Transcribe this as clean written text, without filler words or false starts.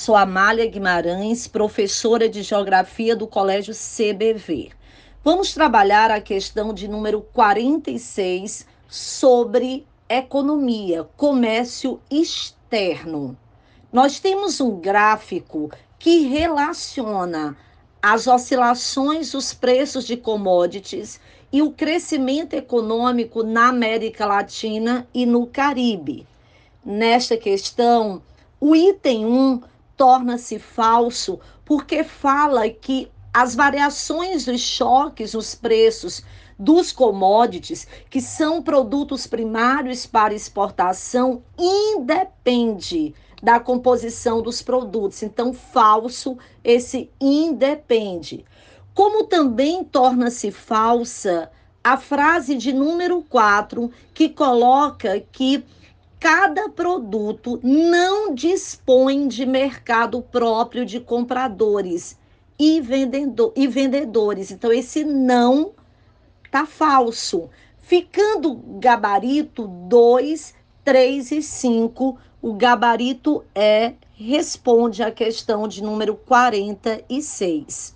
sou Amália Guimarães, professora de Geografia do Colégio CBV. Vamos trabalhar a questão de número 46 sobre economia, comércio externo. Nós temos um gráfico que relaciona as oscilações dos preços de commodities e o crescimento econômico na América Latina e no Caribe. Nesta questão, o item 1 torna-se falso porque fala que as variações dos choques nos preços dos commodities, que são produtos primários para exportação, independe da composição dos produtos. Então, falso, esse independe. Como também torna-se falsa a frase de número 4, que coloca que cada produto não dispõe de mercado próprio de compradores e vendedores. Então, esse não está falso. Ficando gabarito 2, 3 e 5, o gabarito responde à questão de número 46.